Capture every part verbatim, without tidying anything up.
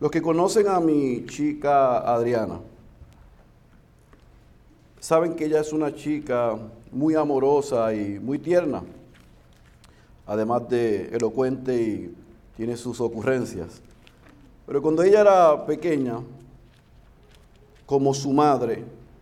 Los que conocen a mi chica Adriana saben que ella es una chica muy amorosa y muy tierna, además de elocuente y tiene sus ocurrencias. Pero cuando ella era pequeña, como su madre,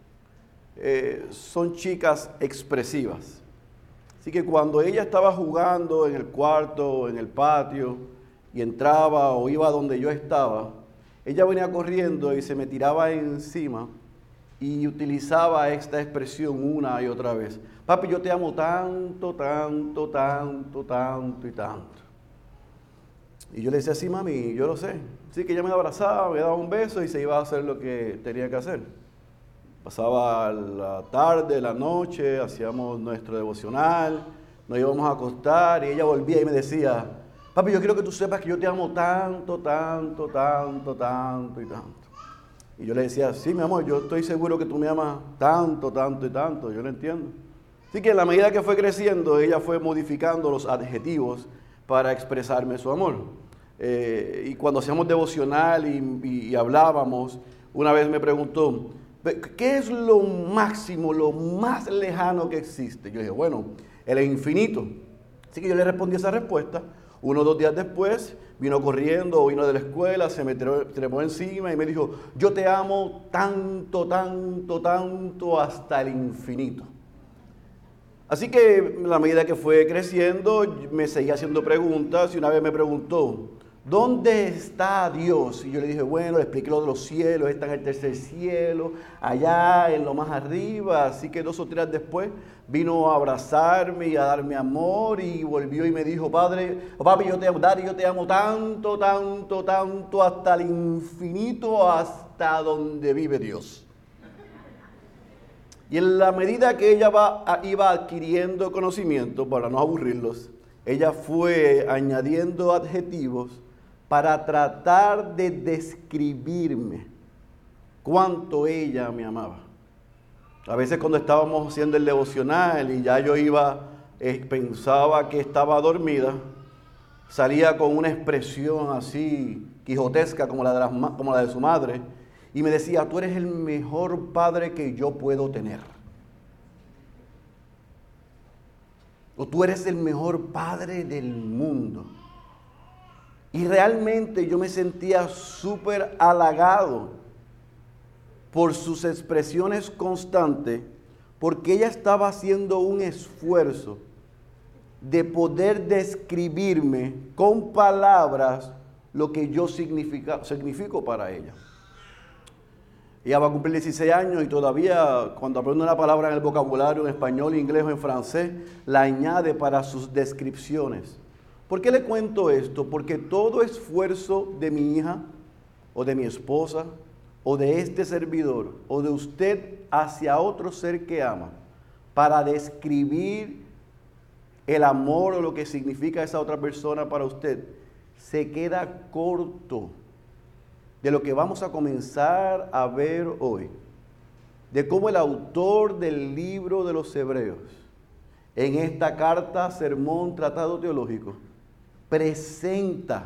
eh, son chicas expresivas. Así que cuando ella estaba jugando en el cuarto, en el patio, y entraba o iba donde yo estaba, ella venía corriendo y se me tiraba encima y utilizaba esta expresión una y otra vez. Papi, yo te amo tanto, tanto, tanto, tanto y tanto. Y yo le decía, sí, mami, yo lo sé. Así que ella me abrazaba, me daba un beso y se iba a hacer lo que tenía que hacer. Pasaba la tarde, la noche, hacíamos nuestro devocional, nos íbamos a acostar y ella volvía y me decía, papi, yo quiero que tú sepas que yo te amo tanto, tanto, tanto, tanto y tanto. Y yo le decía, sí, mi amor, yo estoy seguro que tú me amas tanto, tanto y tanto, yo lo entiendo. Así que en la medida que fue creciendo, ella fue modificando los adjetivos para expresarme su amor. Eh, y cuando hacíamos devocional y, y, y hablábamos, una vez me preguntó, ¿qué es lo máximo, lo más lejano que existe? Yo dije, bueno, el infinito. Así que yo le respondí esa respuesta. Uno o dos días después, vino corriendo, vino de la escuela, se me trepó encima y me dijo, yo te amo tanto, tanto, tanto, hasta el infinito. Así que a la medida que fue creciendo, me seguía haciendo preguntas y una vez me preguntó, ¿dónde está Dios? Y yo le dije, bueno, le expliqué lo de los cielos, está en el tercer cielo, allá en lo más arriba. Así que dos o tres días después vino a abrazarme y a darme amor y volvió y me dijo, padre, papi, yo te amo, Daddy, yo te amo tanto, tanto, tanto, hasta el infinito, hasta donde vive Dios. Y en la medida que ella va, iba adquiriendo conocimiento, para no aburrirlos, ella fue añadiendo adjetivos para tratar de describirme cuánto ella me amaba. A veces cuando estábamos haciendo el devocional y ya yo iba, eh, pensaba que estaba dormida, salía con una expresión así quijotesca como la de, las, como la de su madre y me decía, tú eres el mejor padre que yo puedo tener. O tú eres el mejor padre del mundo. Y realmente yo me sentía súper halagado por sus expresiones constantes, porque ella estaba haciendo un esfuerzo de poder describirme con palabras lo que yo significa, significo para ella. Ella va a cumplir dieciséis años y todavía cuando aprende una palabra en el vocabulario, en español, inglés o en francés, la añade para sus descripciones. ¿Por qué le cuento esto? Porque todo esfuerzo de mi hija o de mi esposa o de este servidor o de usted hacia otro ser que ama para describir el amor o lo que significa esa otra persona para usted se queda corto de lo que vamos a comenzar a ver hoy, de cómo el autor del libro de los Hebreos, en esta carta, sermón, tratado teológico, presenta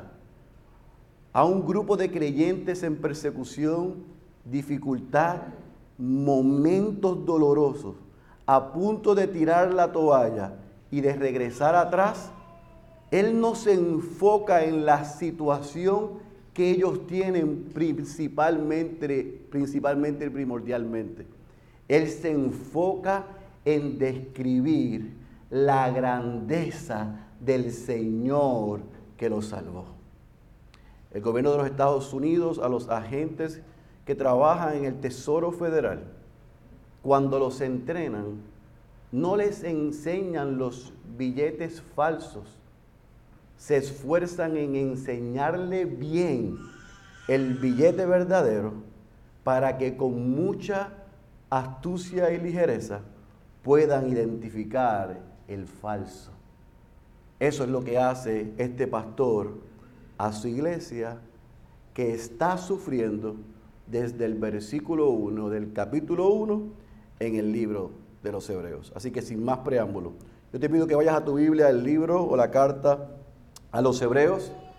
a un grupo de creyentes en persecución, dificultad, momentos dolorosos, a punto de tirar la toalla y de regresar atrás. Él no se enfoca en la situación que ellos tienen principalmente, principalmente y primordialmente. Él se enfoca en describir la grandeza del Señor que los salvó. El gobierno de los Estados Unidos, a los agentes que trabajan en el Tesoro Federal, cuando los entrenan, no les enseñan los billetes falsos, se esfuerzan en enseñarle bien el billete verdadero para que con mucha astucia y ligereza puedan identificar el falso. Eso es lo que hace este pastor a su iglesia, que está sufriendo desde el versículo uno del capítulo uno en el libro de los Hebreos. Así que sin más preámbulo, yo te pido que vayas a tu Biblia, el libro o la carta a los Hebreos,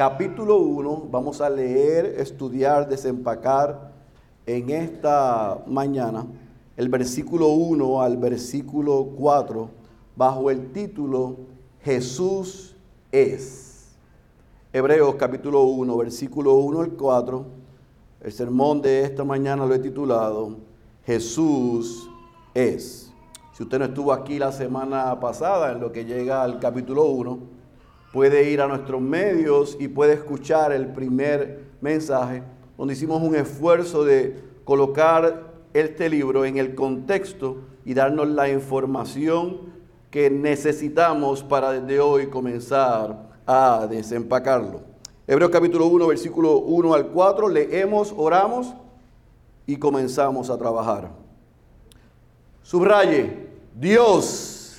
capítulo uno. Vamos a leer, estudiar, desempacar en esta mañana el versículo uno al versículo cuatro bajo el título Jesús es. Hebreos capítulo uno, versículo uno al cuatro. El sermón de esta mañana lo he titulado Jesús es. Si usted no estuvo aquí la semana pasada, en lo que llega al capítulo uno, puede ir a nuestros medios y puede escuchar el primer mensaje, donde hicimos un esfuerzo de colocar este libro en el contexto y darnos la información que necesitamos para desde hoy comenzar a desempacarlo. Hebreos capítulo uno, versículo uno al cuatro, leemos, oramos y comenzamos a trabajar. Subraye, Dios,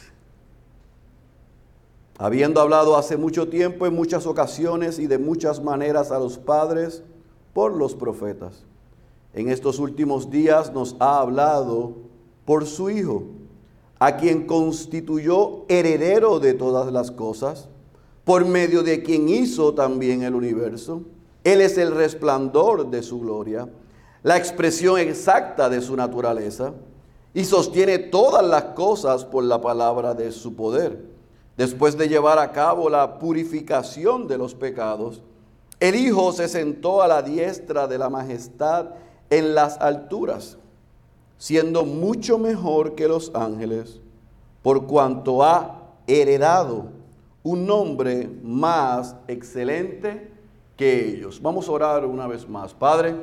habiendo hablado hace mucho tiempo, en muchas ocasiones y de muchas maneras a los padres por los profetas, en estos últimos días nos ha hablado por su Hijo, a quien constituyó heredero de todas las cosas, por medio de quien hizo también el universo. Él es el resplandor de su gloria, la expresión exacta de su naturaleza, y sostiene todas las cosas por la palabra de su poder. Después de llevar a cabo la purificación de los pecados, el Hijo se sentó a la diestra de la majestad en las alturas, siendo mucho mejor que los ángeles, por cuanto ha heredado un nombre más excelente que ellos. Vamos a orar una vez más. Padre,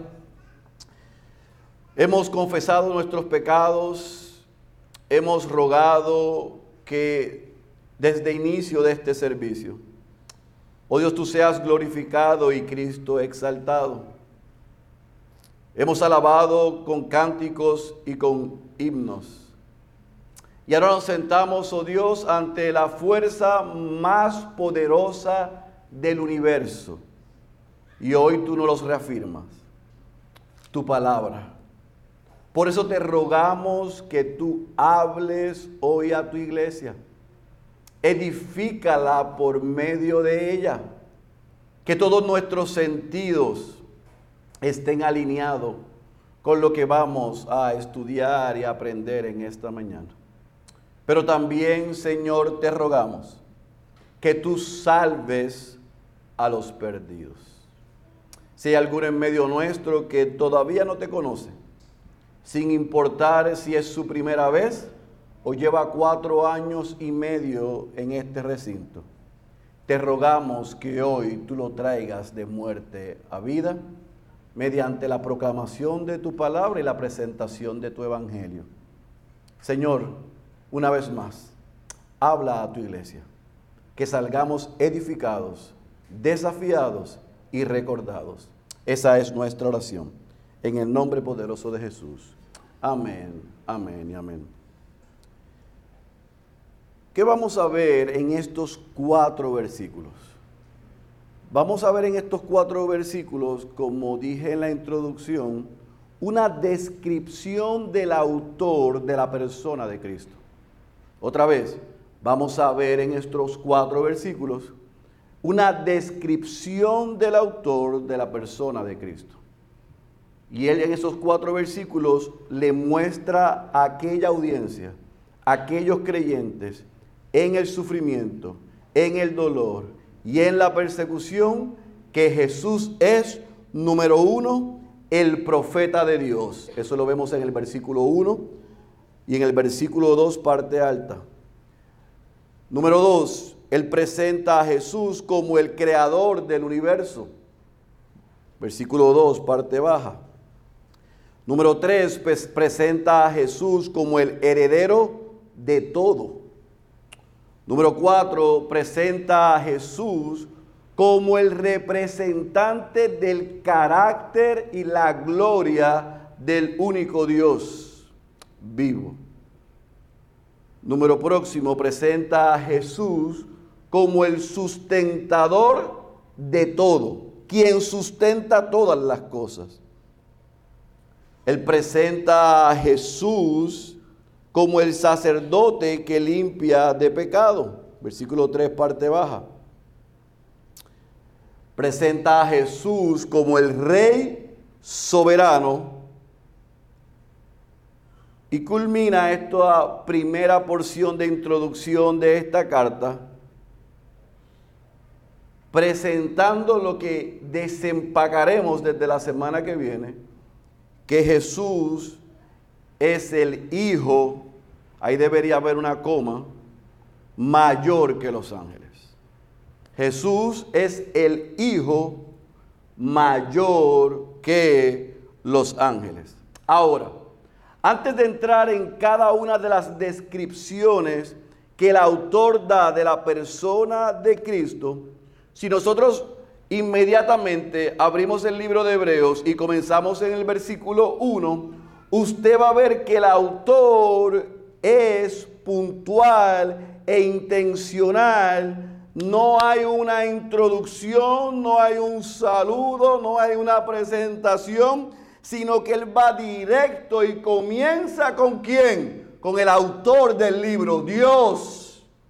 hemos confesado nuestros pecados, hemos rogado que desde inicio de este servicio, oh Dios, tú seas glorificado y Cristo exaltado. Hemos alabado con cánticos y con himnos. Y ahora nos sentamos, oh Dios, ante la fuerza más poderosa del universo. Y hoy tú nos los reafirmas, tu palabra. Por eso te rogamos que tú hables hoy a tu iglesia. Edifícala por medio de ella. Que todos nuestros sentidos estén alineados con lo que vamos a estudiar y aprender en esta mañana. Pero también, Señor, te rogamos que tú salves a los perdidos. Si hay alguno en medio nuestro que todavía no te conoce, sin importar si es su primera vez o lleva cuatro años y medio en este recinto, te rogamos que hoy tú lo traigas de muerte a vida mediante la proclamación de tu palabra y la presentación de tu evangelio. Señor, una vez más, habla a tu iglesia, que salgamos edificados, desafiados y recordados. Esa es nuestra oración, en el nombre poderoso de Jesús. Amén, amén y amén. ¿Qué vamos a ver en estos cuatro versículos? Vamos a ver en estos cuatro versículos, como dije en la introducción, una descripción del autor de la persona de Cristo. Otra vez, vamos a ver en estos cuatro versículos una descripción del autor de la persona de Cristo. Y él en esos cuatro versículos le muestra a aquella audiencia, a aquellos creyentes, en el sufrimiento, en el dolor y en la persecución, que Jesús es, número uno, el profeta de Dios. Eso lo vemos en el versículo uno y en el versículo dos, parte alta. Número dos, él presenta a Jesús como el creador del universo. Versículo dos, parte baja. Número tres, pues, presenta a Jesús como el heredero de todo. Número cuatro, presenta a Jesús como el representante del carácter y la gloria del único Dios vivo. Número próximo, presenta a Jesús como el sustentador de todo, quien sustenta todas las cosas. Él presenta a Jesús como el sacerdote que limpia de pecado. Versículo tres, parte baja. presenta a Jesús como el Rey soberano y culmina esta primera porción de introducción de esta carta presentando lo que desempacaremos desde la semana que viene, que Jesús es el Hijo, ahí debería haber una coma, mayor que los ángeles. Jesús es el Hijo mayor que los ángeles. Ahora, antes de entrar en cada una de las descripciones que el autor da de la persona de Cristo, si nosotros inmediatamente abrimos el libro de Hebreos y comenzamos en el versículo uno, usted va a ver que el autor es puntual e intencional. No hay una introducción, no hay un saludo, no hay una presentación, sino que él va directo y comienza ¿con quién? Con el autor del libro, Dios.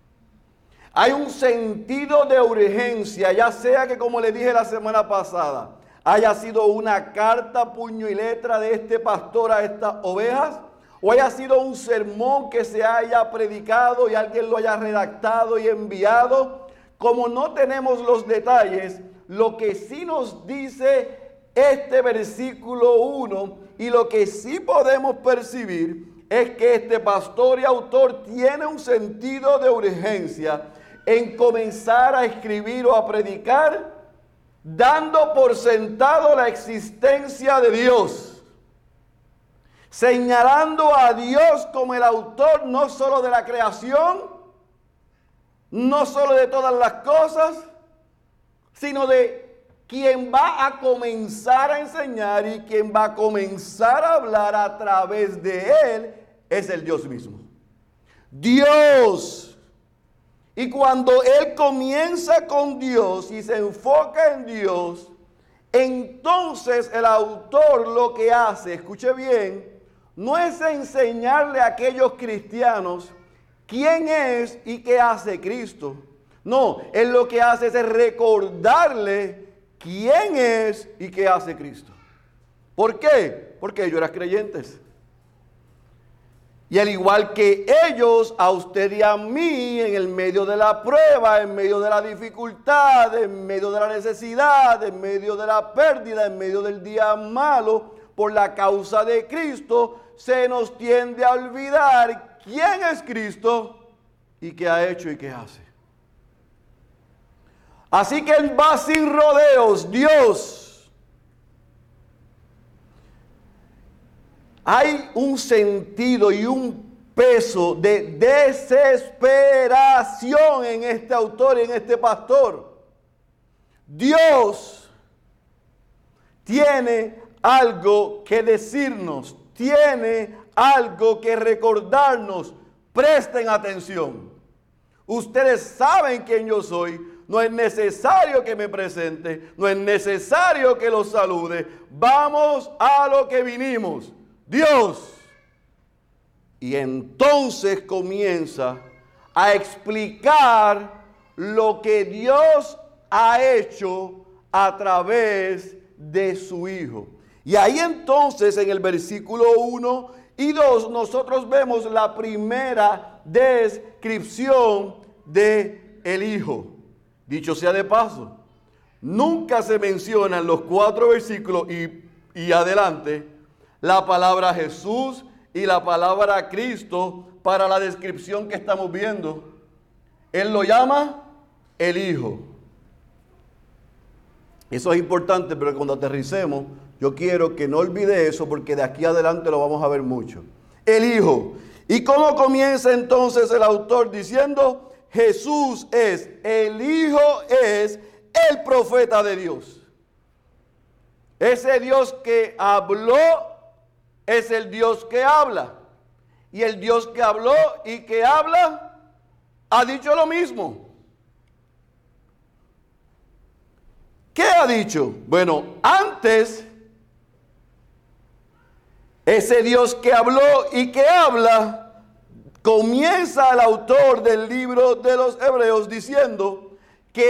Hay un sentido de urgencia, ya sea que, como le dije la semana pasada, haya sido una carta, puño y letra de este pastor a estas ovejas, o haya sido un sermón que se haya predicado y alguien lo haya redactado y enviado. Como no tenemos los detalles, lo que sí nos dice este versículo uno y lo que sí podemos percibir es que este pastor y autor tiene un sentido de urgencia en comenzar a escribir o a predicar, dando por sentado la existencia de Dios, señalando a Dios como el autor no solo de la creación, no solo de todas las cosas, sino de quien va a comenzar a enseñar y quien va a comenzar a hablar a través de él es el Dios mismo. Dios. Y cuando él comienza con Dios y se enfoca en Dios, entonces el autor lo que hace, escuche bien, no es enseñarle a aquellos cristianos quién es y qué hace Cristo. No, él lo que hace es recordarle quién es y qué hace Cristo. ¿Por qué? Porque ellos eran creyentes. Y al igual que ellos, a usted y a mí, en el medio de la prueba, en medio de la dificultad, en medio de la necesidad, en medio de la pérdida, en medio del día malo, por la causa de Cristo, se nos tiende a olvidar quién es Cristo y qué ha hecho y qué hace. Así que él va sin rodeos, Dios. Hay un sentido y un peso de desesperación en este autor y en este pastor. Dios tiene algo que decirnos, tiene algo que recordarnos. Presten atención. Ustedes saben quién yo soy. No es necesario que me presente, no es necesario que los salude. Vamos a lo que vinimos. Dios. Y entonces comienza a explicar lo que Dios ha hecho a través de su Hijo. Y ahí entonces en el versículo uno y dos nosotros vemos la primera descripción de el Hijo. Dicho sea de paso, nunca se menciona en los cuatro versículos y, y adelante la palabra Jesús y la palabra Cristo para la descripción que estamos viendo. Él lo llama el Hijo. Eso es importante, pero cuando aterricemos, yo quiero que no olvide eso porque de aquí adelante lo vamos a ver mucho. El Hijo. ¿Y cómo comienza entonces el autor diciendo? Jesús es, el Hijo es el profeta de Dios. Ese Dios que habló es el Dios que habla. Y el Dios que habló y que habla ha dicho lo mismo. ¿Qué ha dicho? Bueno, antes, ese Dios que habló y que habla, comienza el autor del libro de los Hebreos diciendo que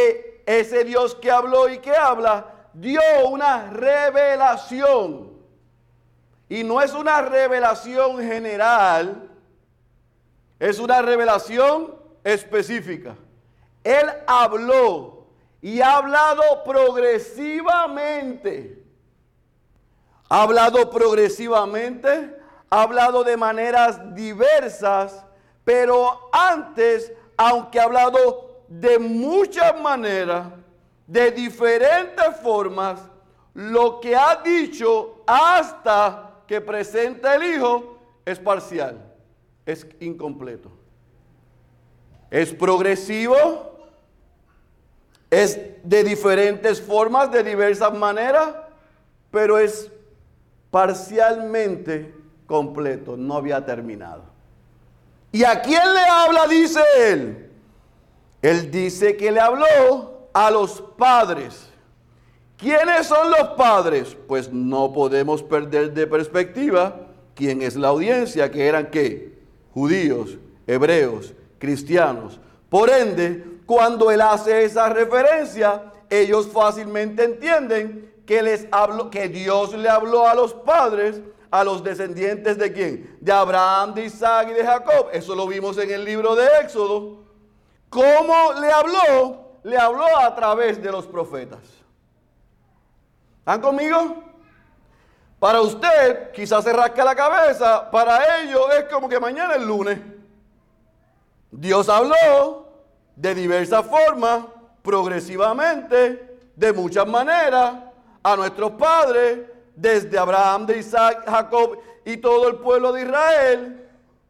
ese Dios que habló y que habla, dio una revelación. Y no es una revelación general, es una revelación específica. Él habló y ha hablado progresivamente. Ha hablado progresivamente, ha hablado de maneras diversas, pero antes, aunque ha hablado de muchas maneras, de diferentes formas, lo que ha dicho hasta que presenta el Hijo es parcial, es incompleto. Es progresivo, es de diferentes formas, de diversas maneras, pero es parcialmente completo, no había terminado. ¿Y a quién le habla? Dice él. Él dice que le habló a los padres. ¿Quiénes son los padres? Pues no podemos perder de perspectiva quién es la audiencia, que eran ¿qué? Judíos, hebreos, cristianos. Por ende, cuando él hace esa referencia, ellos fácilmente entienden que les habló, que Dios le habló a los padres, a los descendientes de quién, de Abraham, de Isaac y de Jacob. Eso lo vimos en el libro de Éxodo. ¿Cómo le habló? Le habló a través de los profetas. ¿Están conmigo? Para usted quizás se rasca la cabeza, para ellos es como que mañana es lunes. Dios habló de diversas formas, progresivamente, de muchas maneras, a nuestros padres, desde Abraham, de Isaac, Jacob y todo el pueblo de Israel.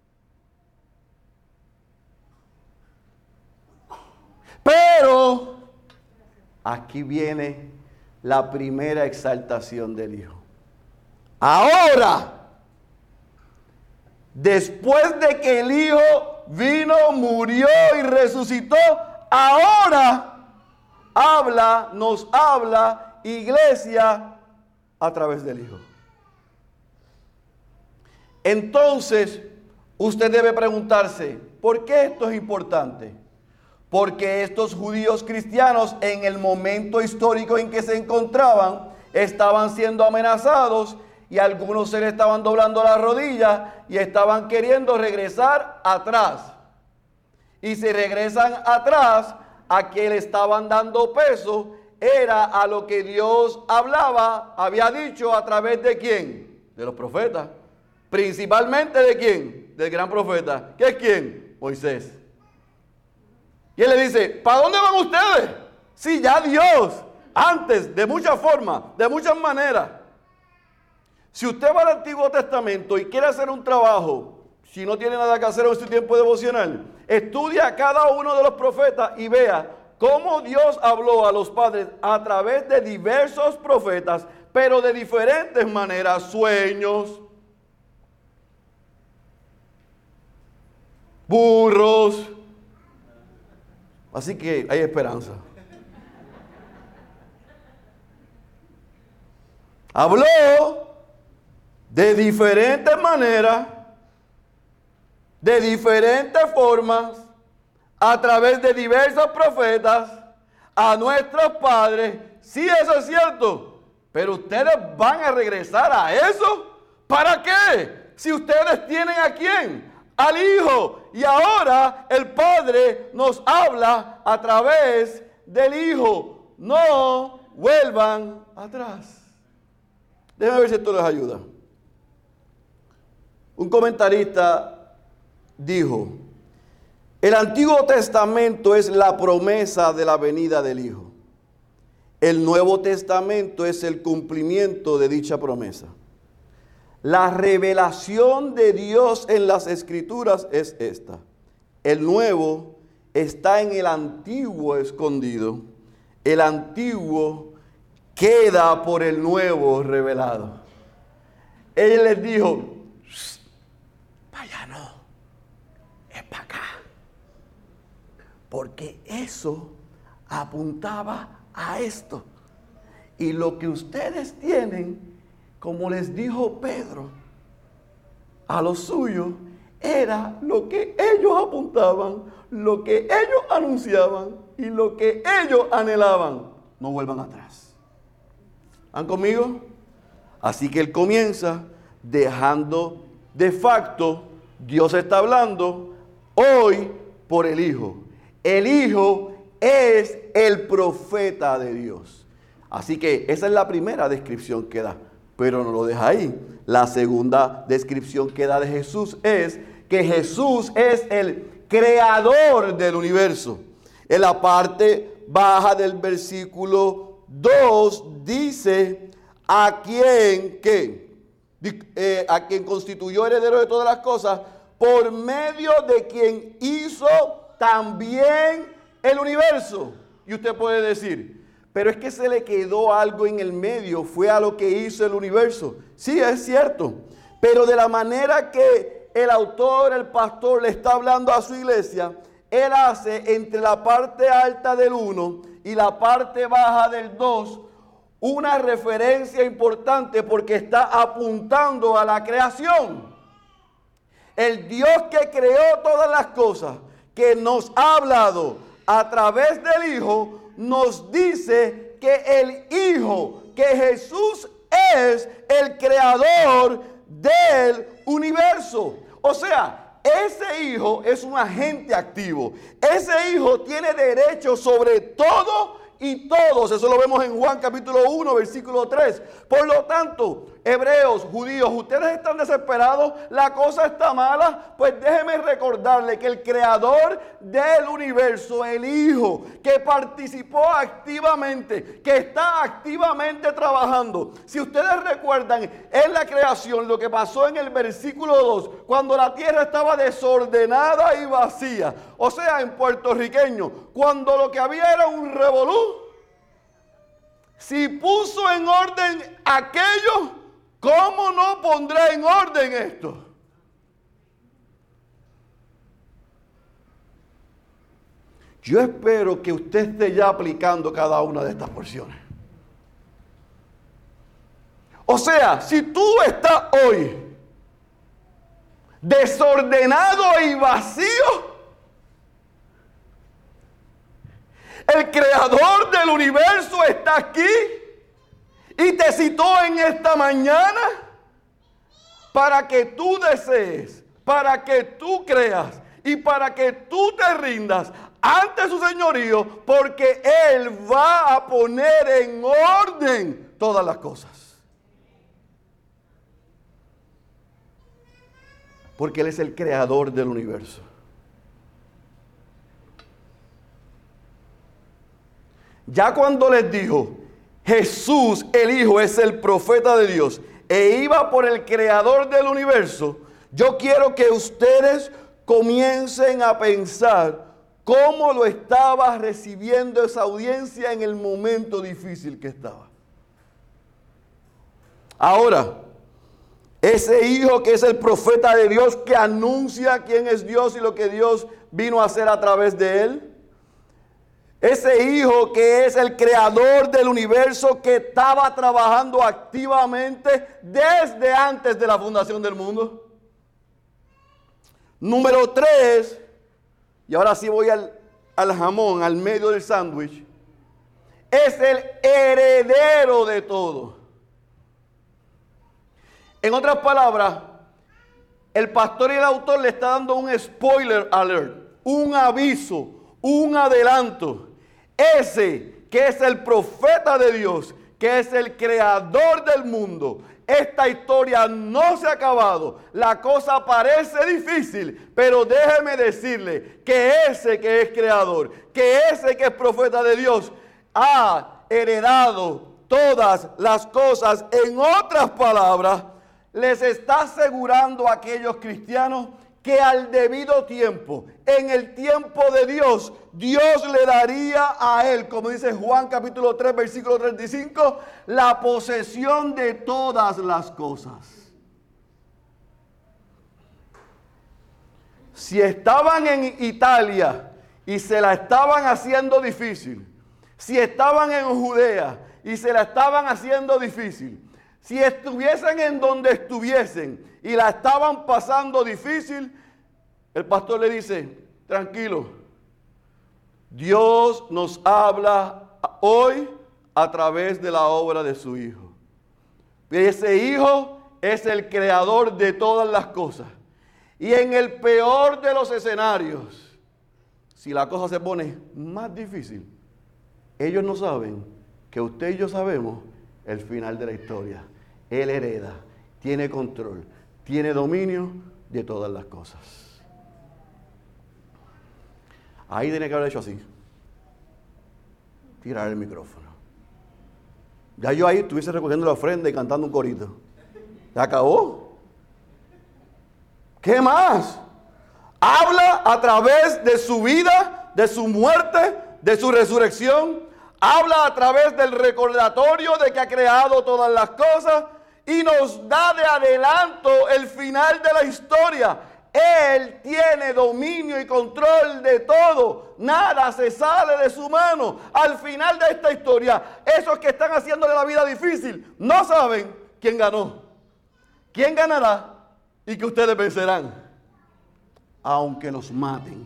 Pero aquí viene la primera exaltación del Hijo. Ahora, después de que el Hijo vino, murió y resucitó, ahora habla, nos habla, iglesia, a través del Hijo. Entonces, usted debe preguntarse, ¿por qué esto es importante? Porque estos judíos cristianos, en el momento histórico en que se encontraban, estaban siendo amenazados y algunos se les estaban doblando la rodilla y estaban queriendo regresar atrás. Y si regresan atrás, a que le estaban dando peso era a lo que Dios hablaba, había dicho a través de quién, de los profetas, principalmente de quién, del gran profeta, ¿qué es quién? Moisés. Y él le dice, ¿para dónde van ustedes? Si ya Dios, antes, de muchas formas, de muchas maneras. Si usted va al Antiguo Testamento y quiere hacer un trabajo, si no tiene nada que hacer en su tiempo devocional, estudia a cada uno de los profetas y vea cómo Dios habló a los padres a través de diversos profetas, pero de diferentes maneras, sueños, burros. Así que hay esperanza. Habló de diferentes maneras, de diferentes formas, a través de diversos profetas, a nuestros padres. Sí, eso es cierto, pero ustedes van a regresar a eso. ¿Para qué? Si ustedes tienen ¿a quién? Al Hijo. Y ahora el Padre nos habla a través del Hijo. No vuelvan atrás. Déjenme ver si esto les ayuda. Un comentarista dijo, el Antiguo Testamento es la promesa de la venida del Hijo. El Nuevo Testamento es el cumplimiento de dicha promesa. La revelación de Dios en las Escrituras es esta. El Nuevo está en el Antiguo escondido. El Antiguo queda por el Nuevo revelado. Él les dijo, para allá no, es para acá. Porque eso apuntaba a esto. Y lo que ustedes tienen, como les dijo Pedro a los suyos, era lo que ellos apuntaban, lo que ellos anunciaban y lo que ellos anhelaban. No vuelvan atrás. ¿Están conmigo? Así que él comienza dejando de facto, Dios está hablando hoy por el Hijo. El Hijo es el profeta de Dios. Así que esa es la primera descripción que da, pero no lo deja ahí. La segunda descripción que da de Jesús es que Jesús es el creador del universo. En la parte baja del versículo dos dice, a quien, ¿qué? Eh, a quien constituyó heredero de todas las cosas, por medio de quien hizo también el universo. Y usted puede decir, pero es que se le quedó algo en el medio, fue a lo que hizo el universo. Sí, es cierto, pero de la manera que el autor, el pastor, le está hablando a su iglesia, él hace entre la parte alta del uno y la parte baja del dos una referencia importante porque está apuntando a la creación. El Dios que creó todas las cosas, que nos ha hablado a través del Hijo, nos dice que el Hijo, que Jesús es el creador del universo. O sea, ese Hijo es un agente activo. Ese Hijo tiene derecho sobre todo y todos. Eso lo vemos en Juan capítulo uno, versículo tres. Por lo tanto, hebreos, judíos, ustedes están desesperados, la cosa está mala. Pues déjeme recordarle que el creador del universo, el Hijo, que participó activamente, que está activamente trabajando. Si ustedes recuerdan en la creación lo que pasó en el versículo dos, cuando la tierra estaba desordenada y vacía. O sea, en puertorriqueño, cuando lo que había era un revolú. Si puso en orden aquello, ¿cómo no pondrá en orden esto? Yo espero que usted esté ya aplicando cada una de estas porciones. O sea, si tú estás hoy desordenado y vacío, el creador del universo está aquí y te citó en esta mañana para que tú desees, para que tú creas y para que tú te rindas ante su señorío, porque Él va a poner en orden todas las cosas. Porque Él es el creador del universo. Ya cuando les dijo, Jesús el Hijo es el profeta de Dios e iba por el creador del universo, yo quiero que ustedes comiencen a pensar cómo lo estaba recibiendo esa audiencia en el momento difícil que estaba. Ahora, ese Hijo que es el profeta de Dios, que anuncia quién es Dios y lo que Dios vino a hacer a través de él, ese Hijo que es el creador del universo, que estaba trabajando activamente desde antes de la fundación del mundo. Número tres, y ahora sí voy al, al jamón, al medio del sándwich, es el heredero de todo. En otras palabras, el pastor y el autor le está dando un spoiler alert, un aviso, un adelanto. Ese que es el profeta de Dios, que es el creador del mundo. Esta historia no se ha acabado. La cosa parece difícil, pero déjeme decirle que ese que es creador, que ese que es profeta de Dios, ha heredado todas las cosas. En otras palabras, les está asegurando a aquellos cristianos que al debido tiempo, en el tiempo de Dios, Dios le daría a él, como dice Juan capítulo tres, versículo treinta y cinco, la posesión de todas las cosas. Si estaban en Italia y se la estaban haciendo difícil, si estaban en Judea y se la estaban haciendo difícil, si estuviesen en donde estuviesen y la estaban pasando difícil, el pastor le dice, tranquilo, Dios nos habla hoy a través de la obra de su Hijo. Ese Hijo es el creador de todas las cosas. Y en el peor de los escenarios, si la cosa se pone más difícil, ellos no saben que usted y yo sabemos el final de la historia. Él hereda, tiene control, tiene dominio de todas las cosas. Ahí tiene que haber hecho así. Tirar el micrófono. Ya yo ahí estuviese recogiendo la ofrenda y cantando un corito. ¿Se acabó? ¿Qué más? Habla a través de su vida, de su muerte, de su resurrección. Habla a través del recordatorio de que ha creado todas las cosas y nos da de adelanto el final de la historia. Él tiene dominio y control de todo. Nada se sale de su mano. Al final de esta historia, esos que están haciéndole la vida difícil no saben quién ganó, quién ganará y que ustedes vencerán, aunque los maten.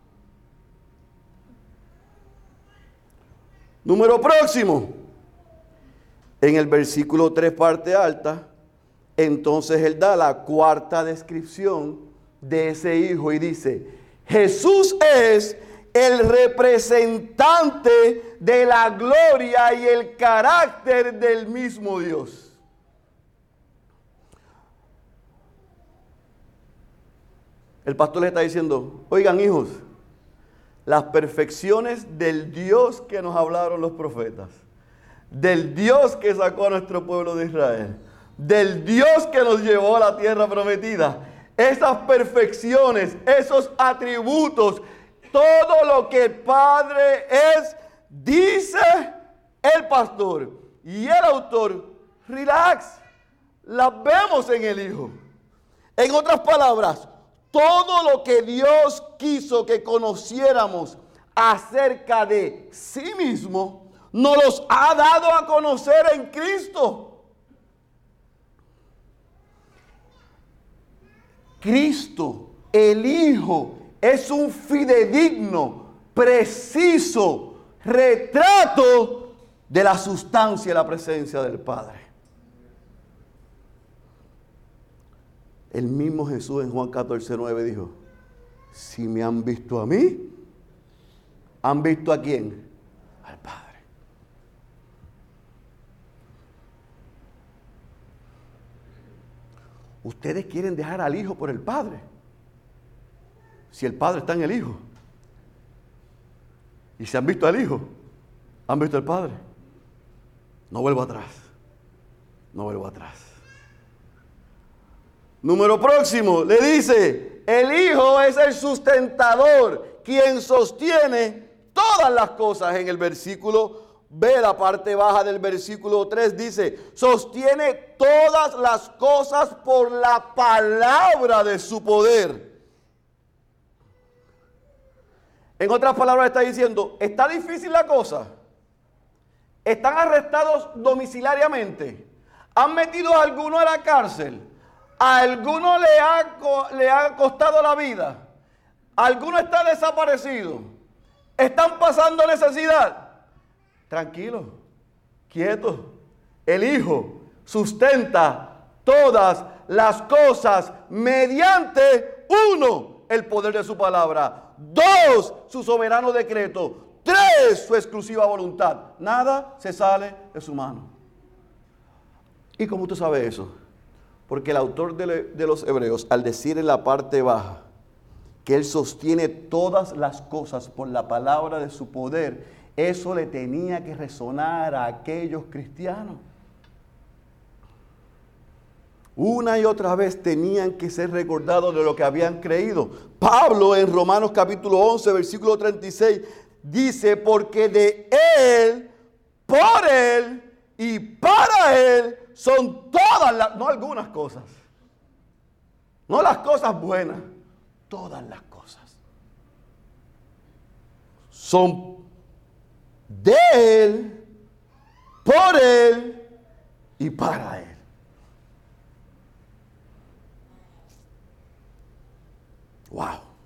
Número próximo. En el versículo tres, parte alta, entonces él da la cuarta descripción de ese hijo y dice, Jesús es el representante de la gloria y el carácter del mismo Dios. El pastor le está diciendo, oigan hijos, las perfecciones del Dios que nos hablaron los profetas, del Dios que sacó a nuestro pueblo de Israel, del Dios que nos llevó a la tierra prometida, esas perfecciones, esos atributos, todo lo que el Padre es, dice el pastor y el autor, relax, las vemos en el Hijo. En otras palabras, todo lo que Dios quiso que conociéramos acerca de sí mismo, nos los ha dado a conocer en Cristo. Cristo, el Hijo, es un fidedigno, preciso retrato de la sustancia y la presencia del Padre. El mismo Jesús en Juan catorce, nueve dijo, si me han visto a mí, ¿han visto a quién? Al Padre. Ustedes quieren dejar al Hijo por el Padre. Si el Padre está en el Hijo. Y si han visto al Hijo, han visto al Padre. No vuelvo atrás. No vuelvo atrás. Número próximo, le dice, el Hijo es el sustentador, quien sostiene todas las cosas. En el versículo B, la parte baja del versículo tres, dice, sostiene todas las cosas por la palabra de su poder. En otras palabras está diciendo, ¿está difícil la cosa? ¿Están arrestados domiciliariamente? ¿Han metido a alguno a la cárcel? ¿A alguno le ha, le ha costado la vida? ¿Alguno está desaparecido? ¿Están pasando necesidad? Tranquilo, quieto. El Hijo sustenta todas las cosas mediante, uno, el poder de su palabra. Dos, su soberano decreto. Tres, su exclusiva voluntad. Nada se sale de su mano. ¿Y cómo tú sabes eso? Porque el autor de, de los Hebreos, al decir en la parte baja que Él sostiene todas las cosas por la palabra de su poder, eso le tenía que resonar a aquellos cristianos. Una y otra vez tenían que ser recordados de lo que habían creído. Pablo en Romanos capítulo once, versículo treinta y seis, dice, porque de Él, por Él y para Él son todas las, no algunas cosas, no las cosas buenas, todas las cosas son de Él, por Él y para Él. Wow.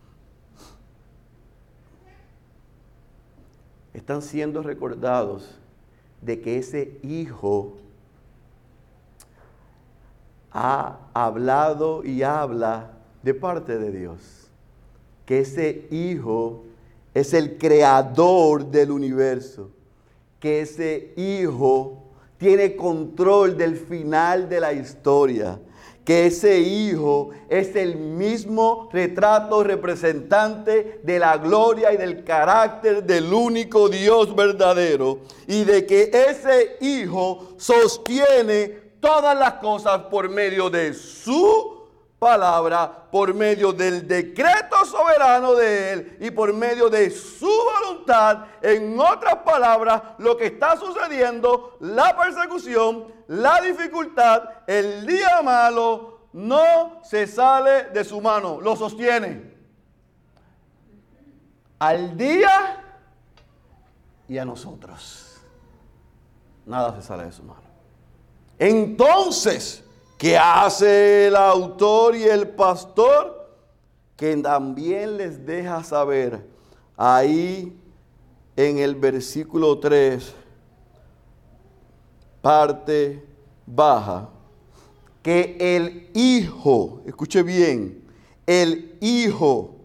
están siendo recordados de que ese hijo ha hablado y habla de parte de Dios. Que ese hijo es el creador del universo. Que ese hijo tiene control del final de la historia. Que ese hijo es el mismo retrato representante de la gloria y del carácter del único Dios verdadero. Y de que ese hijo sostiene todas las cosas por medio de su palabra, por medio del decreto soberano de Él y por medio de su voluntad. En otras palabras, lo que está sucediendo, la persecución, la dificultad, el día malo, no se sale de su mano, lo sostiene. Al día y a nosotros. Nada se sale de su mano. Entonces, ¿qué hace el autor y el pastor? Que también les deja saber ahí en el versículo tres, parte baja, que el hijo, escuche bien, el hijo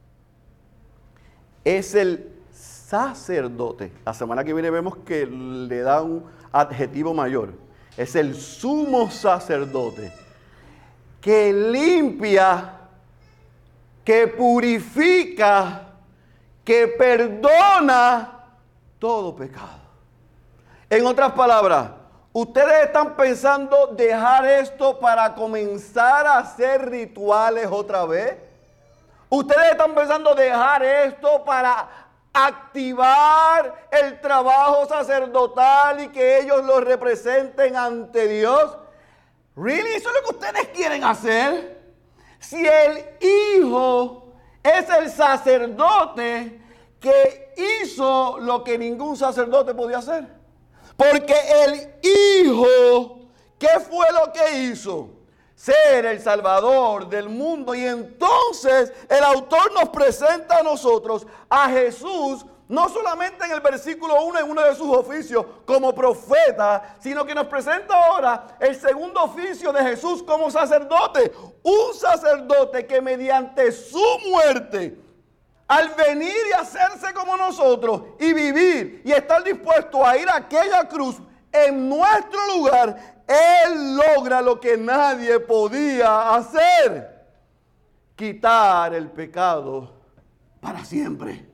es el sacerdote. La semana que viene vemos que le da un adjetivo mayor. Es el sumo sacerdote que limpia, que purifica, que perdona todo pecado. En otras palabras, ustedes están pensando dejar esto para comenzar a hacer rituales otra vez. Ustedes están pensando dejar esto para activar el trabajo sacerdotal y que ellos lo representen ante Dios. ¿Really? ¿Eso es lo que ustedes quieren hacer? Si el Hijo es el sacerdote que hizo lo que ningún sacerdote podía hacer. Porque el Hijo, ¿qué fue lo que hizo? Ser el Salvador del mundo. Y entonces el autor nos presenta a nosotros a Jesús, no solamente en el versículo uno, en uno de sus oficios como profeta, sino que nos presenta ahora el segundo oficio de Jesús como sacerdote. Un sacerdote que mediante su muerte, al venir y hacerse como nosotros y vivir y estar dispuesto a ir a aquella cruz en nuestro lugar, Él logra lo que nadie podía hacer: quitar el pecado para siempre.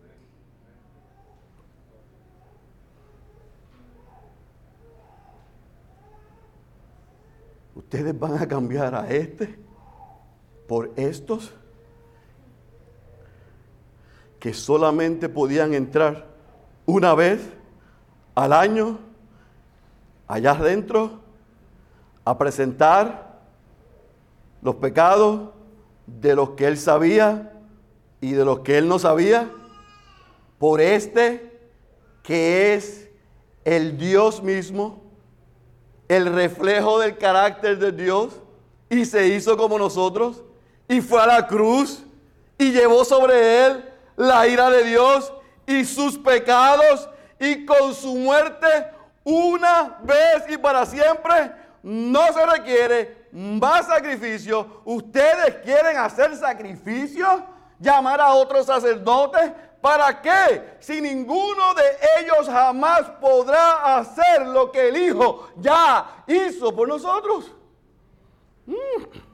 Ustedes van a cambiar a este por estos que solamente podían entrar una vez al año allá adentro a presentar los pecados de los que él sabía y de los que él no sabía, por este que es el Dios mismo, el reflejo del carácter de Dios, y se hizo como nosotros y fue a la cruz y llevó sobre él la ira de Dios y sus pecados, y con su muerte una vez y para siempre no se requiere más sacrificio. ¿Ustedes quieren hacer sacrificios? ¿Llamar a otros sacerdotes? ¿Para qué? Si ninguno de ellos jamás podrá hacer lo que el Hijo ya hizo por nosotros. Mm.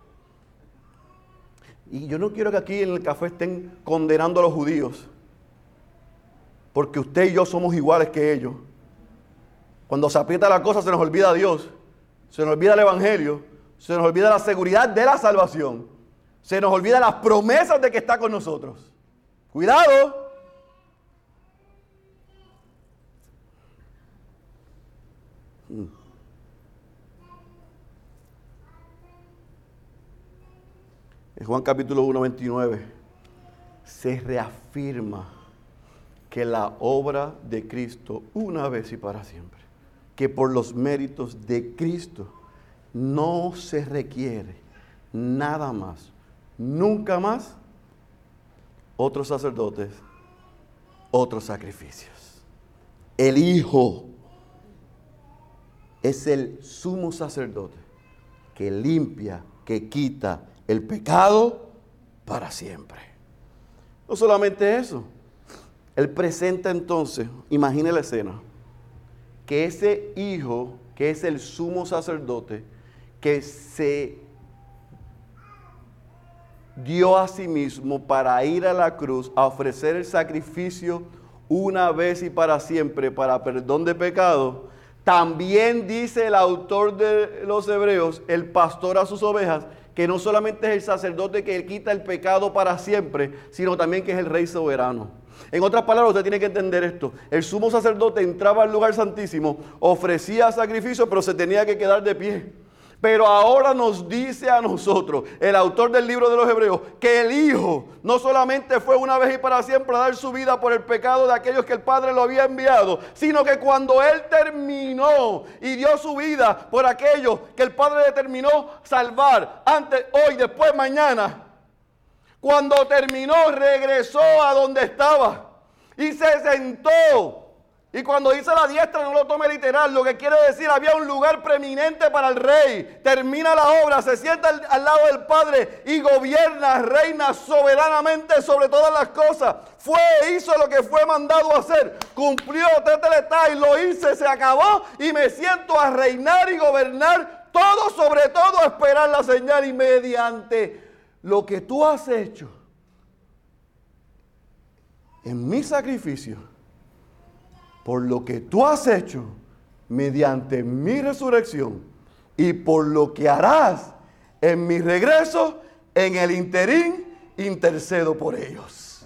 Y yo no quiero que aquí en el café estén condenando a los judíos, porque usted y yo somos iguales que ellos. Cuando se aprieta la cosa se nos olvida Dios, se nos olvida el Evangelio, se nos olvida la seguridad de la salvación, se nos olvida las promesas de que está con nosotros. ¡Cuidado! Mm. En Juan capítulo uno, veintinueve, se reafirma que la obra de Cristo, una vez y para siempre, que por los méritos de Cristo no se requiere nada más, nunca más, otros sacerdotes otros sacrificios. El Hijo es el sumo sacerdote que limpia, que quita el pecado para siempre. No solamente eso, Él presenta entonces, imagine la escena, que ese Hijo, que es el sumo sacerdote, que se dio a sí mismo para ir a la cruz a ofrecer el sacrificio una vez y para siempre para perdón de pecado, también dice el autor de los Hebreos, el pastor a sus ovejas, que no solamente es el sacerdote que quita el pecado para siempre, sino también que es el rey soberano. En otras palabras, usted tiene que entender esto. El sumo sacerdote entraba al lugar santísimo, ofrecía sacrificio, pero se tenía que quedar de pie. Pero ahora nos dice a nosotros, el autor del libro de los Hebreos, que el Hijo no solamente fue una vez y para siempre a dar su vida por el pecado de aquellos que el Padre lo había enviado, sino que cuando Él terminó y dio su vida por aquellos que el Padre determinó salvar, antes, hoy, después, mañana, cuando terminó, regresó a donde estaba y se sentó. Y cuando dice la diestra, no lo tome literal, lo que quiere decir, había un lugar preeminente para el rey. Termina la obra, se sienta al, al lado del Padre y gobierna, reina soberanamente sobre todas las cosas. Fue, hizo lo que fue mandado a hacer, cumplió, tetelestai, lo hice, se acabó y me siento a reinar y gobernar todo, sobre todo a esperar la señal y mediante lo que tú has hecho en mi sacrificio. Por lo que tú has hecho mediante mi resurrección y por lo que harás en mi regreso, en el interín, intercedo por ellos.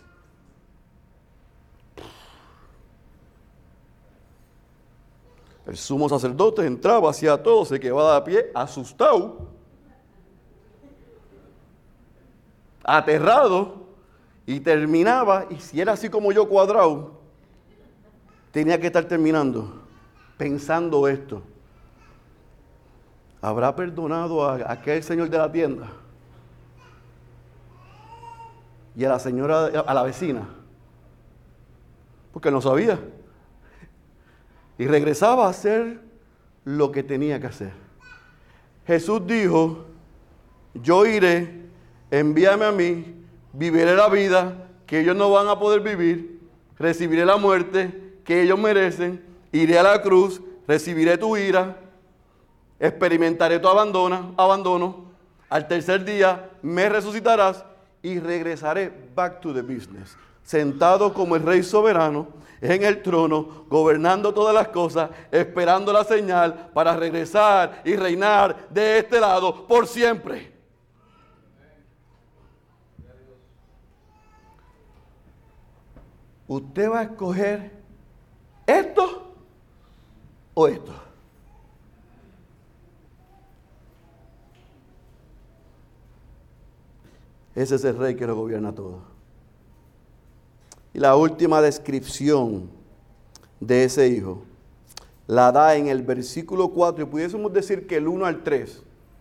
El sumo sacerdote entraba hacia todo, se quedaba de pie, asustado, aterrado, y terminaba, y si era así como yo cuadrado, tenía que estar terminando pensando esto. ¿Habrá perdonado a aquel señor de la tienda? Y a la señora, a la vecina. Porque no sabía. Y regresaba a hacer lo que tenía que hacer. Jesús dijo, yo iré, envíame a mí, viviré la vida que ellos no van a poder vivir, recibiré la muerte que ellos merecen, iré a la cruz, recibiré tu ira, experimentaré tu abandono, abandono, al tercer día me resucitarás y regresaré back to the business, sentado como el rey soberano en el trono, gobernando todas las cosas, esperando la señal para regresar y reinar de este lado por siempre. Usted va a escoger ¿esto o esto? Ese es el rey que lo gobierna todo. Y la última descripción de ese hijo la da en el versículo cuatro, y pudiésemos decir que el uno al tres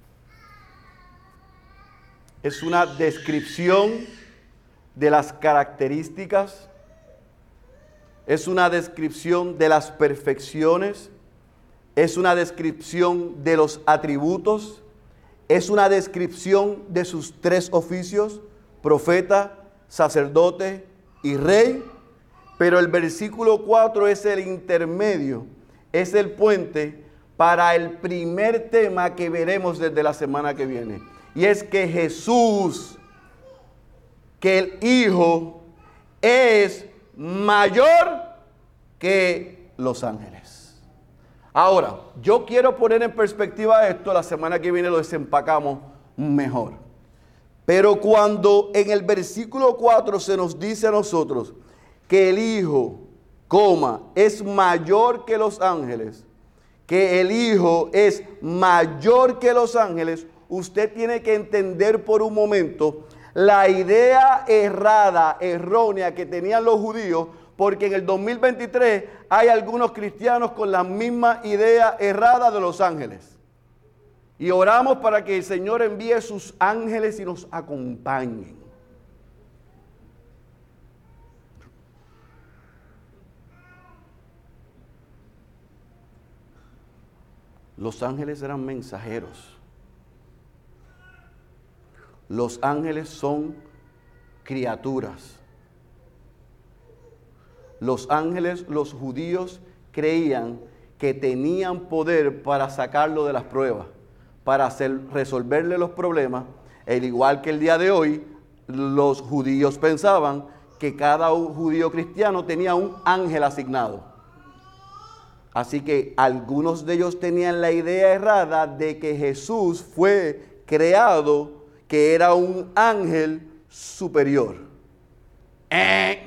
es una descripción de las características, es una descripción de las perfecciones, es una descripción de los atributos, es una descripción de sus tres oficios, profeta, sacerdote y rey, pero el versículo cuatro es el intermedio, es el puente para el primer tema que veremos desde la semana que viene. Y es que Jesús, que el Hijo, es mayor que los ángeles. Ahora, yo quiero poner en perspectiva esto, la semana que viene lo desempacamos mejor. Pero cuando en el versículo cuatro se nos dice a nosotros que el Hijo, coma, es mayor que los ángeles, que el Hijo es mayor que los ángeles, usted tiene que entender por un momento la idea errada, errónea que tenían los judíos, porque en el dos mil veintitrés hay algunos cristianos con la misma idea errada de los ángeles. Y oramos para que el Señor envíe sus ángeles y nos acompañen. Los ángeles eran mensajeros. Los ángeles son criaturas. Los ángeles, los judíos creían que tenían poder para sacarlo de las pruebas, para hacer, resolverle los problemas. Al igual que el día de hoy, los judíos pensaban que cada judío cristiano tenía un ángel asignado. Así que algunos de ellos tenían la idea errada de que Jesús fue creado, que era un ángel superior. ¿Eh?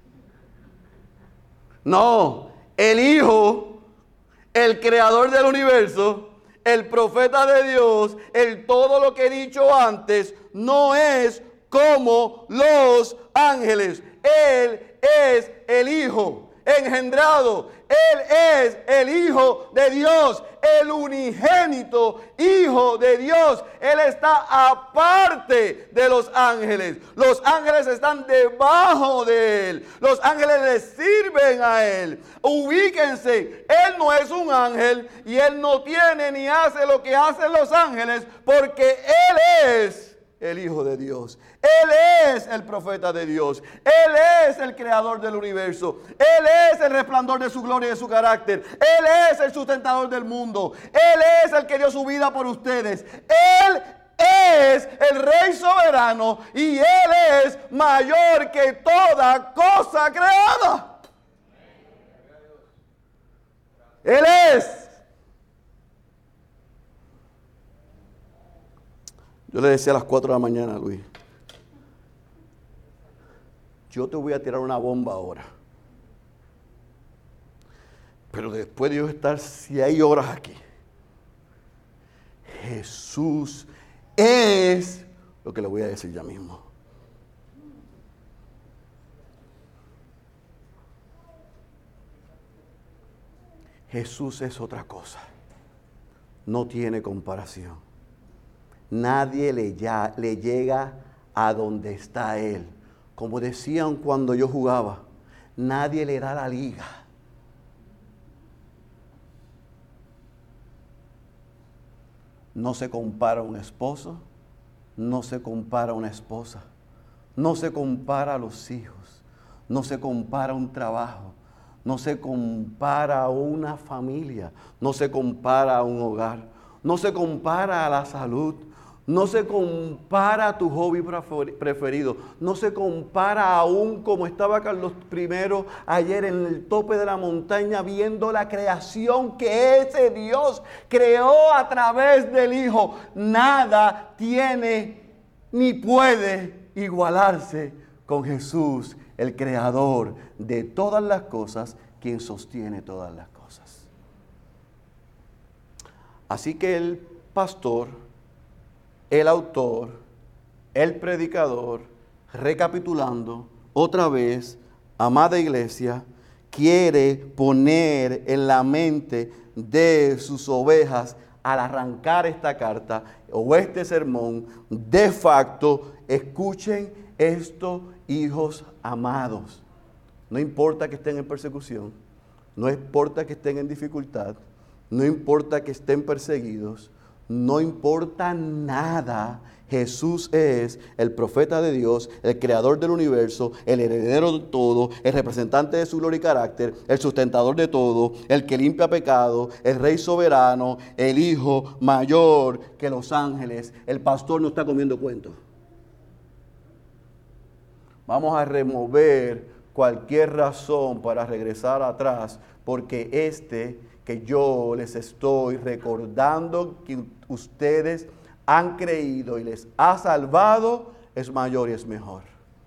No, el Hijo, el creador del universo, el profeta de Dios, el todo lo que he dicho antes, no es como los ángeles. Él es el Hijo engendrado. Él es el Hijo de Dios, el unigénito Hijo de Dios. Él está aparte de los ángeles. Los ángeles están debajo de Él. Los ángeles le sirven a Él. Ubíquense, Él no es un ángel y Él no tiene ni hace lo que hacen los ángeles, porque Él es el Hijo de Dios. Él es el profeta de Dios. Él es el creador del universo. Él es el resplandor de su gloria y de su carácter. Él es el sustentador del mundo. Él es el que dio su vida por ustedes. Él es el Rey soberano y Él es mayor que toda cosa creada. Él es. Yo le decía a las cuatro de la mañana a Luis, yo te voy a tirar una bomba ahora. Pero después de yo estar seis horas aquí, Jesús es lo que le voy a decir ya mismo. Jesús es otra cosa. No tiene comparación. Nadie le, ya, le llega a donde está Él. Como decían cuando yo jugaba, nadie le da la liga. No se compara a un esposo, no se compara a una esposa, no se compara a los hijos, no se compara a un trabajo, no se compara a una familia, no se compara a un hogar, no se compara a la salud. No se compara a tu hobby preferido. No se compara aún como estaba Carlos primero ayer en el tope de la montaña viendo la creación que ese Dios creó a través del Hijo. Nada tiene ni puede igualarse con Jesús, el creador de todas las cosas, quien sostiene todas las cosas. Así que el pastor, el autor, el predicador, recapitulando otra vez, amada iglesia, quiere poner en la mente de sus ovejas al arrancar esta carta o este sermón, de facto, escuchen esto, hijos amados. No importa que estén en persecución, no importa que estén en dificultad, no importa que estén perseguidos, no importa nada. Jesús es el profeta de Dios, el creador del universo, el heredero de todo, el representante de su gloria y carácter, el sustentador de todo, el que limpia pecado, el Rey soberano, el Hijo mayor que los ángeles. El pastor no está comiendo cuentos. Vamos a remover cualquier razón para regresar atrás, porque este que yo les estoy recordando que ustedes han creído y les ha salvado, es mayor y es mejor.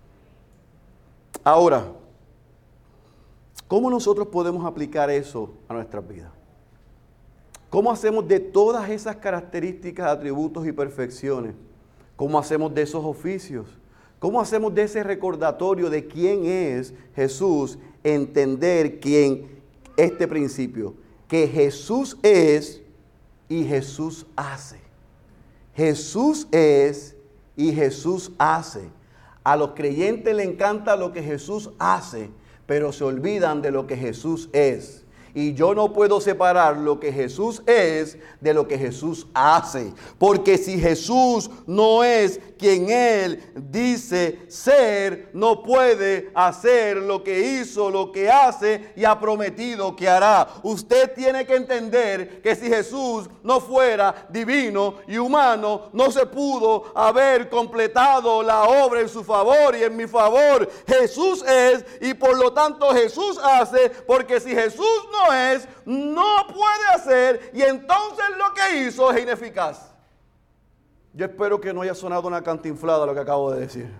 Ahora, ¿cómo nosotros podemos aplicar eso a nuestras vidas? ¿Cómo hacemos de todas esas características, atributos y perfecciones? ¿Cómo hacemos de esos oficios? ¿Cómo hacemos de ese recordatorio de quién es Jesús entender quién este principio? Que Jesús es y Jesús hace. Jesús es y Jesús hace. A los creyentes les encanta lo que Jesús hace, pero se olvidan de lo que Jesús es. Y yo no puedo separar lo que Jesús es de lo que Jesús hace. Porque si Jesús no es quien Él dice ser, no puede hacer lo que hizo, lo que hace y ha prometido que hará. Usted tiene que entender que si Jesús no fuera divino y humano, no se pudo haber completado la obra en su favor y en mi favor. Jesús es y por lo tanto Jesús hace, porque si Jesús no es, no puede hacer, y entonces lo que hizo es ineficaz. Yo espero que no haya sonado una cantinflada lo que acabo de decir.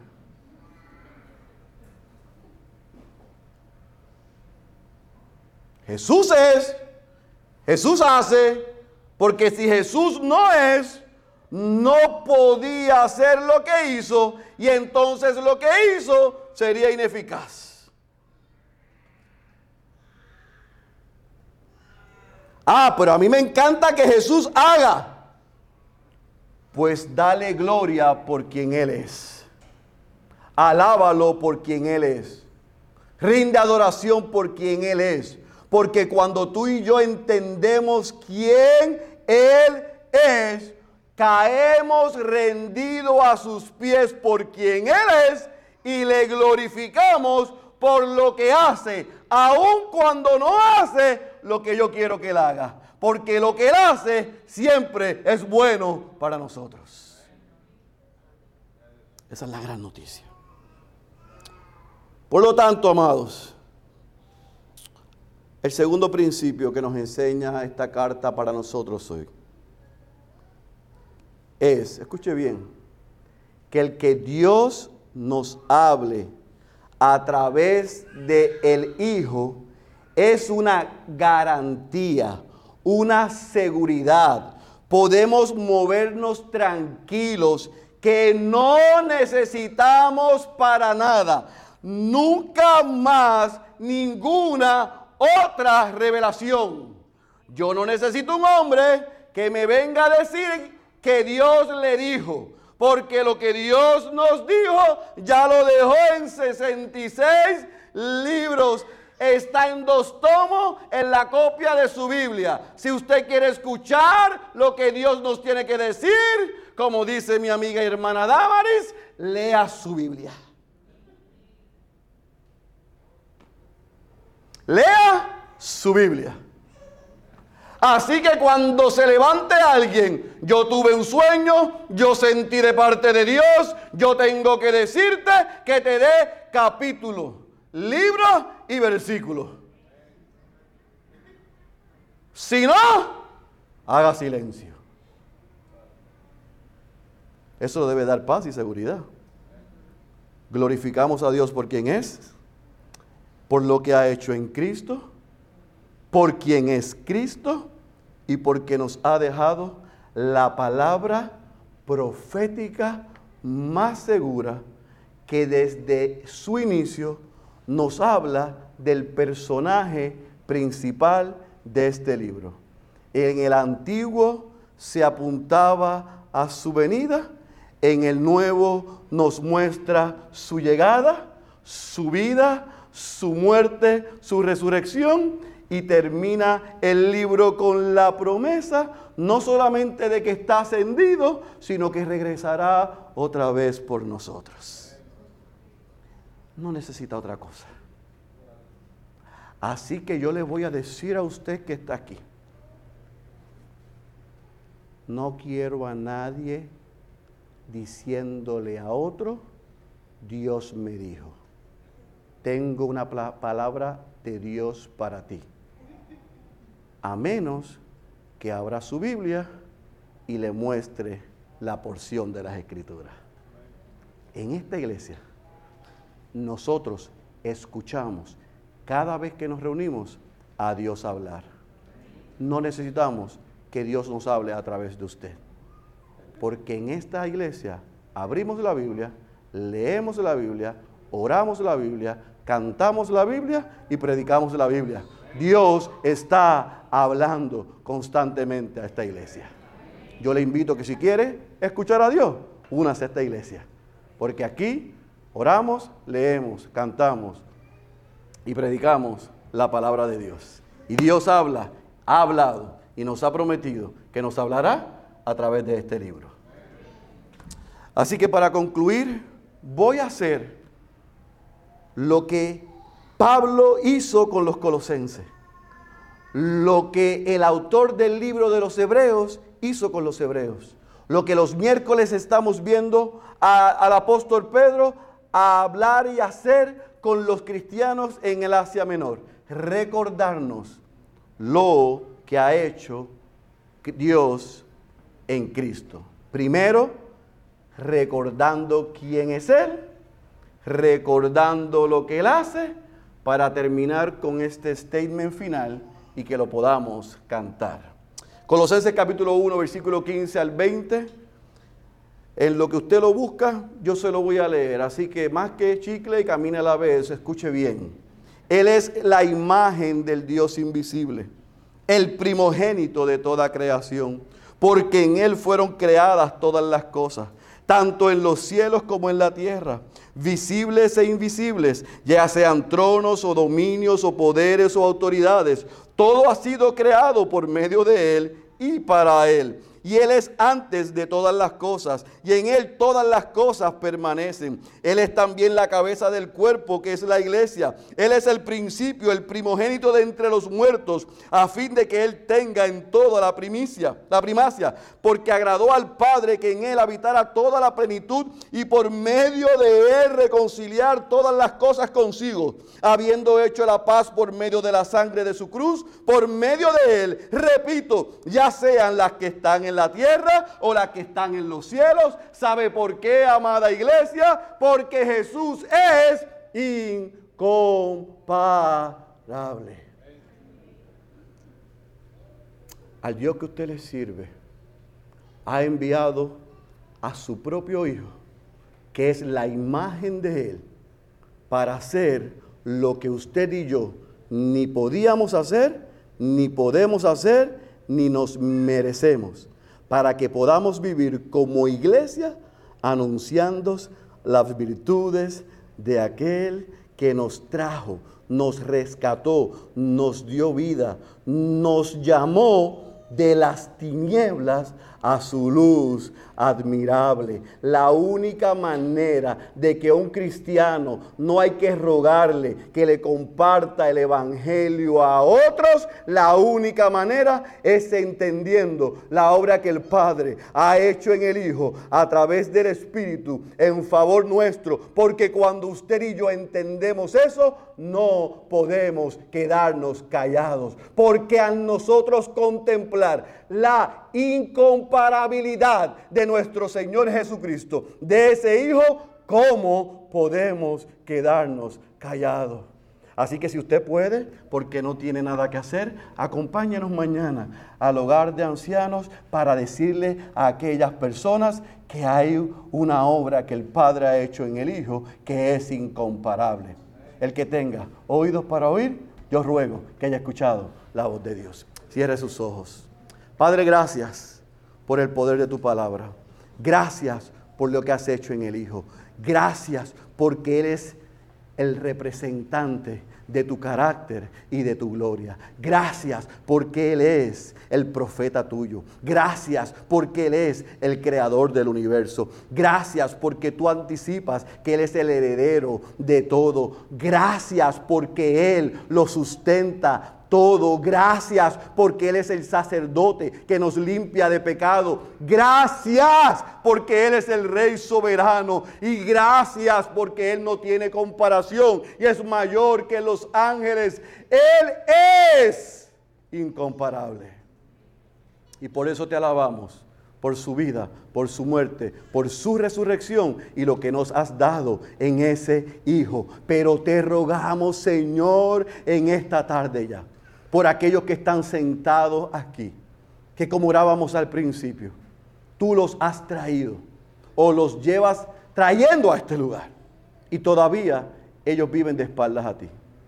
Jesús es, Jesús hace, porque si Jesús no es, no podía hacer lo que hizo, y entonces lo que hizo sería ineficaz. Ah, pero a mí me encanta que Jesús haga. Pues dale gloria por quien Él es. Alábalo por quien Él es. Rinde adoración por quien Él es. Porque cuando tú y yo entendemos quién Él es, caemos rendidos a sus pies por quien Él es y le glorificamos por lo que hace, aun cuando no hace lo que yo quiero que Él haga, porque lo que Él hace siempre es bueno para nosotros. Esa es la gran noticia. Por lo tanto, amados, el segundo principio que nos enseña esta carta para nosotros hoy es, escuche bien, que el que Dios nos hable a través de el Hijo es una garantía, una seguridad. Podemos movernos tranquilos, que no necesitamos para nada, nunca más ninguna otra revelación. Yo no necesito un hombre que me venga a decir que Dios le dijo, porque lo que Dios nos dijo ya lo dejó en sesenta y seis libros. Está en dos tomos en la copia de su Biblia. Si usted quiere escuchar lo que Dios nos tiene que decir, como dice mi amiga y hermana Damaris, lea su Biblia. Lea su Biblia. Así que cuando se levante alguien, yo tuve un sueño, yo sentí de parte de Dios, yo tengo que decirte que te dé capítulo, libro y versículo. Si no, haga silencio. Eso debe dar paz y seguridad. Glorificamos a Dios por quien es, por lo que ha hecho en Cristo, por quien es Cristo y porque nos ha dejado la palabra profética más segura que desde su inicio nos habla del personaje principal de este libro. En el antiguo se apuntaba a su venida, en el nuevo nos muestra su llegada, su vida, su muerte, su resurrección, y termina el libro con la promesa, no solamente de que está ascendido, sino que regresará otra vez por nosotros. No necesita otra cosa. Así que yo le voy a decir a usted que está aquí. No quiero a nadie diciéndole a otro, Dios me dijo. Tengo una palabra de Dios para ti. A menos que abra su Biblia y le muestre la porción de las Escrituras. En esta iglesia, nosotros escuchamos cada vez que nos reunimos a Dios hablar. No necesitamos que Dios nos hable a través de usted. Porque en esta iglesia abrimos la Biblia, leemos la Biblia, oramos la Biblia, cantamos la Biblia y predicamos la Biblia. Dios está hablando constantemente a esta iglesia. Yo le invito que si quiere escuchar a Dios, únase a esta iglesia. Porque aquí oramos, leemos, cantamos y predicamos la palabra de Dios. Y Dios habla, ha hablado y nos ha prometido que nos hablará a través de este libro. Así que para concluir, voy a hacer lo que Pablo hizo con los colosenses, lo que el autor del libro de los Hebreos hizo con los hebreos, lo que los miércoles estamos viendo a, al apóstol Pedro a hablar y hacer con los cristianos en el Asia Menor. Recordarnos lo que ha hecho Dios en Cristo. Primero, recordando quién es Él, recordando lo que Él hace, para terminar con este statement final y que lo podamos cantar. Colosenses capítulo uno, versículo quince al veinte. En lo que usted lo busca, yo se lo voy a leer. Así que más que chicle y camine a la vez, escuche bien. Él es la imagen del Dios invisible, el primogénito de toda creación, porque en Él fueron creadas todas las cosas, tanto en los cielos como en la tierra, visibles e invisibles, ya sean tronos o dominios o poderes o autoridades. Todo ha sido creado por medio de Él y para Él. Y Él es antes de todas las cosas, y en Él todas las cosas permanecen. Él es también la cabeza del cuerpo, que es la iglesia. Él es el principio, el primogénito de entre los muertos, a fin de que Él tenga en toda la primicia, la primacia, porque agradó al Padre que en Él habitara toda la plenitud, y por medio de Él reconciliar todas las cosas consigo, habiendo hecho la paz por medio de la sangre de su cruz. Por medio de Él, repito, ya sean las que están en en la tierra o las que están en los cielos. ¿Sabe por qué, amada iglesia? Porque Jesús es incomparable. Al Dios que usted le sirve, ha enviado a su propio Hijo, que es la imagen de Él, para hacer lo que usted y yo ni podíamos hacer, ni podemos hacer, ni nos merecemos, para que podamos vivir como iglesia anunciando las virtudes de aquel que nos trajo, nos rescató, nos dio vida, nos llamó de las tinieblas a su luz admirable. La única manera de que un cristiano no hay que rogarle que le comparta el evangelio a otros, la única manera es entendiendo la obra que el Padre ha hecho en el Hijo a través del Espíritu en favor nuestro, porque cuando usted y yo entendemos eso, no podemos quedarnos callados, porque al nosotros contemplar la incomparabilidad de nuestro Señor Jesucristo, de ese Hijo, ¿cómo podemos quedarnos callados? Así que si usted puede, porque no tiene nada que hacer, acompáñenos mañana al hogar de ancianos para decirle a aquellas personas que hay una obra que el Padre ha hecho en el Hijo que es incomparable. El que tenga oídos para oír, yo ruego que haya escuchado la voz de Dios. Cierre sus ojos. Padre, gracias por el poder de tu palabra. Gracias por lo que has hecho en el Hijo. Gracias porque Él es el representante de tu carácter y de tu gloria. Gracias porque Él es el profeta tuyo. Gracias porque Él es el creador del universo. Gracias porque tú anticipas que Él es el heredero de todo. Gracias porque Él lo sustenta todo. Gracias porque Él es el sacerdote que nos limpia de pecado. Gracias porque Él es el Rey soberano. Y gracias porque Él no tiene comparación y es mayor que los ángeles. Él es incomparable. Y por eso te alabamos, por su vida, por su muerte, por su resurrección y lo que nos has dado en ese Hijo. Pero te rogamos, Señor, en esta tarde ya, por aquellos que están sentados aquí, que como orábamos al principio, tú los has traído o los llevas trayendo a este lugar y todavía ellos viven de espaldas a ti.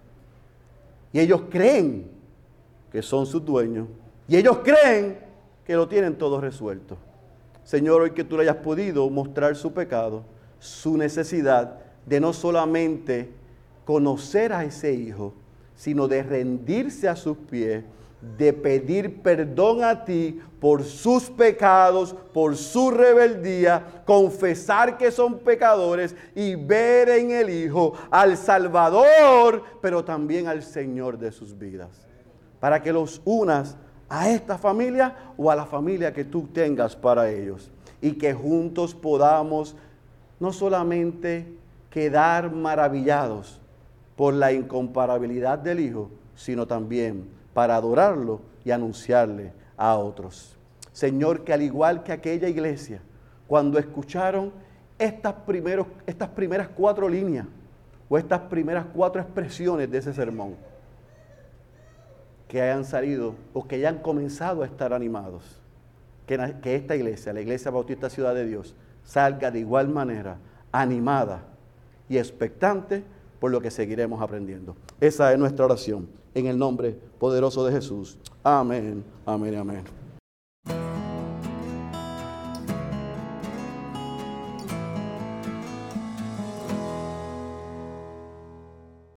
Y ellos creen que son sus dueños y ellos creen que lo tienen todo resuelto. Señor, hoy que tú le hayas podido mostrar su pecado, su necesidad de no solamente conocer a ese Hijo, sino de rendirse a sus pies, de pedir perdón a ti por sus pecados, por su rebeldía, confesar que son pecadores y ver en el Hijo al Salvador, pero también al Señor de sus vidas. Para que los unas a esta familia o a la familia que tú tengas para ellos. Y que juntos podamos no solamente quedar maravillados por la incomparabilidad del Hijo, sino también para adorarlo y anunciarle a otros. Señor, que al igual que aquella iglesia, cuando escucharon estas, primeros, estas primeras cuatro líneas o estas primeras cuatro expresiones de ese sermón, que hayan salido o que hayan comenzado a estar animados, que, que esta iglesia, la Iglesia Bautista Ciudad de Dios, salga de igual manera animada y expectante por lo que seguiremos aprendiendo. Esa es nuestra oración, en el nombre poderoso de Jesús. Amén, amén, amén.